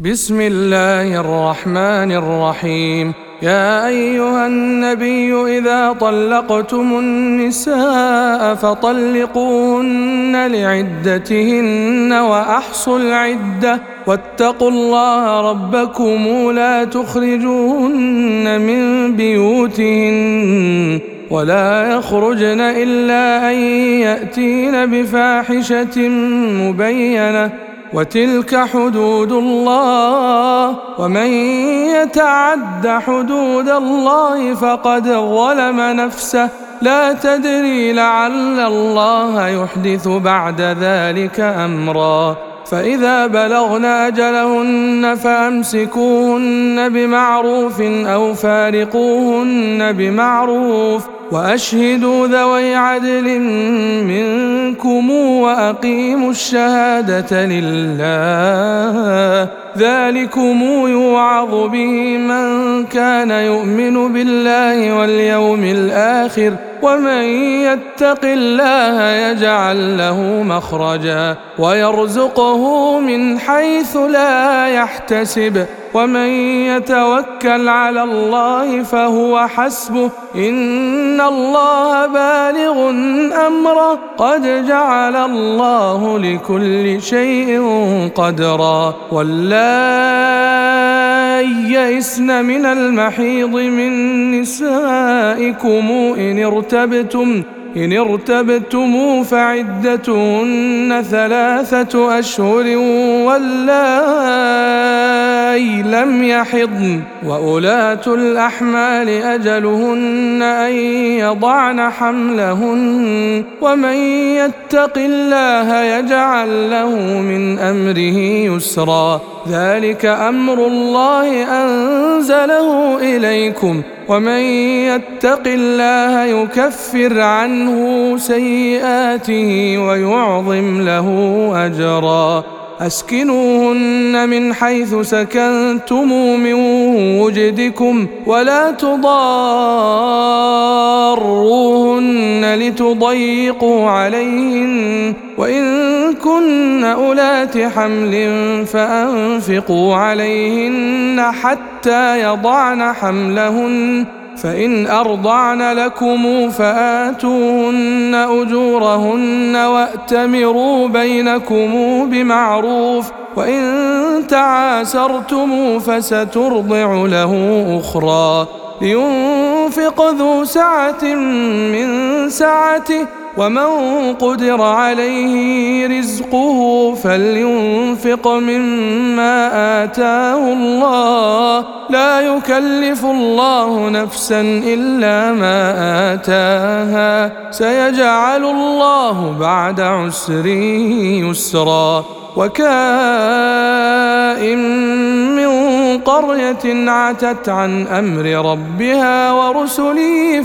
بسم الله الرحمن الرحيم. يا أيها النبي إذا طلقتم النساء فطلقوهن لعدتهن وأحصوا العدة واتقوا الله ربكم لا تخرجوهن من بيوتهن ولا يخرجن إلا أن يأتين بفاحشة مبينة وتلك حدود الله ومن يتعد حدود الله فقد ظلم نفسه لا تدري لعل الله يحدث بعد ذلك أمرا. فإذا بلغن أجلهن فأمسكوهن بمعروف أو فارقوهن بمعروف وأشهدوا ذوي عدل منكم وأقيموا الشهادة لله ذلكم يوعظ به من كان يؤمن بالله واليوم الآخر ومن يتق الله يجعل له مخرجا ويرزقه من حيث لا يحتسب ومن يتوكل على الله فهو حسبه إن الله بالغ أمره قد جعل الله لكل شيء قدرا. واللائي يئسن من المحيض من نسائكم إن ارتبتم فعدتهن 3 أشهر واللائي لم يحضن وأولاة الأحمال أجلهن أن يضعن حملهن ومن يتق الله يجعل له من أمره يسرا. ذلك أمر الله أنزله إليكم ومن يتق الله يكفر عنه سيئاته ويعظم له أجرا. أسكنوهن من حيث سكنتم من وجدكم ولا تضاروهن لتضيقوا عليهن وإن كن أولات حمل فأنفقوا عليهن حتى يضعن حملهن فإن أرضعن لكم فآتوهن أجورهن وأتمروا بينكم بمعروف وإن تعاسرتم فسترضع له أخرى. لينفق ذو سعة من سعته ومن قدر عليه رزقه فلينفق مما آتاه الله لا يكلف الله نفسا إلا ما آتاها سيجعل الله بعد عسر يسرا. وكائن من قرية عتت عن أمر ربها ورسله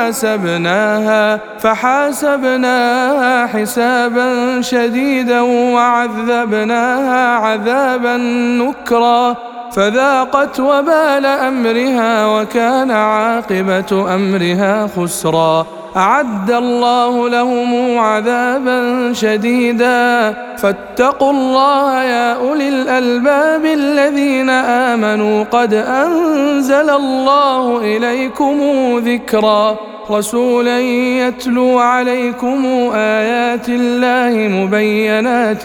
فحاسبناها حسابا شديدا وعذبناها عذابا نكرا فذاقت وبال أمرها وكان عاقبة أمرها خسرا. أعد الله لهم عذابا شديدا فاتقوا الله يا أولي الألباب الذين آمنوا قد أنزل الله إليكم ذكرا رسولا يتلو عليكم آيات الله مبينات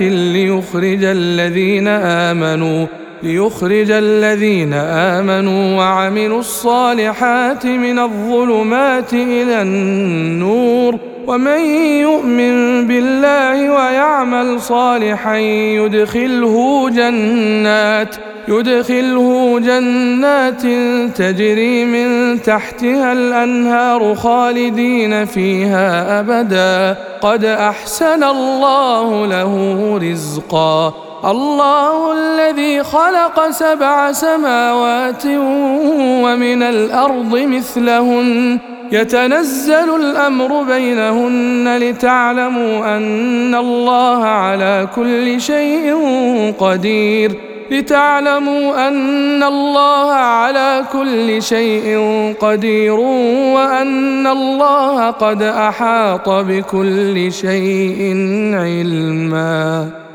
ليخرج الذين آمنوا وعملوا الصالحات من الظلمات إلى النور ومن يؤمن بالله ويعمل صالحا يدخله جنات تجري من تحتها الأنهار خالدين فيها أبدا قد أحسن الله له رزقا. الله الذي خلق 7 سماوات ومن الأرض مثلهن يتنزل الأمر بينهن لتعلموا أن الله على كل شيء قدير وأن الله قد أحاط بكل شيء علما.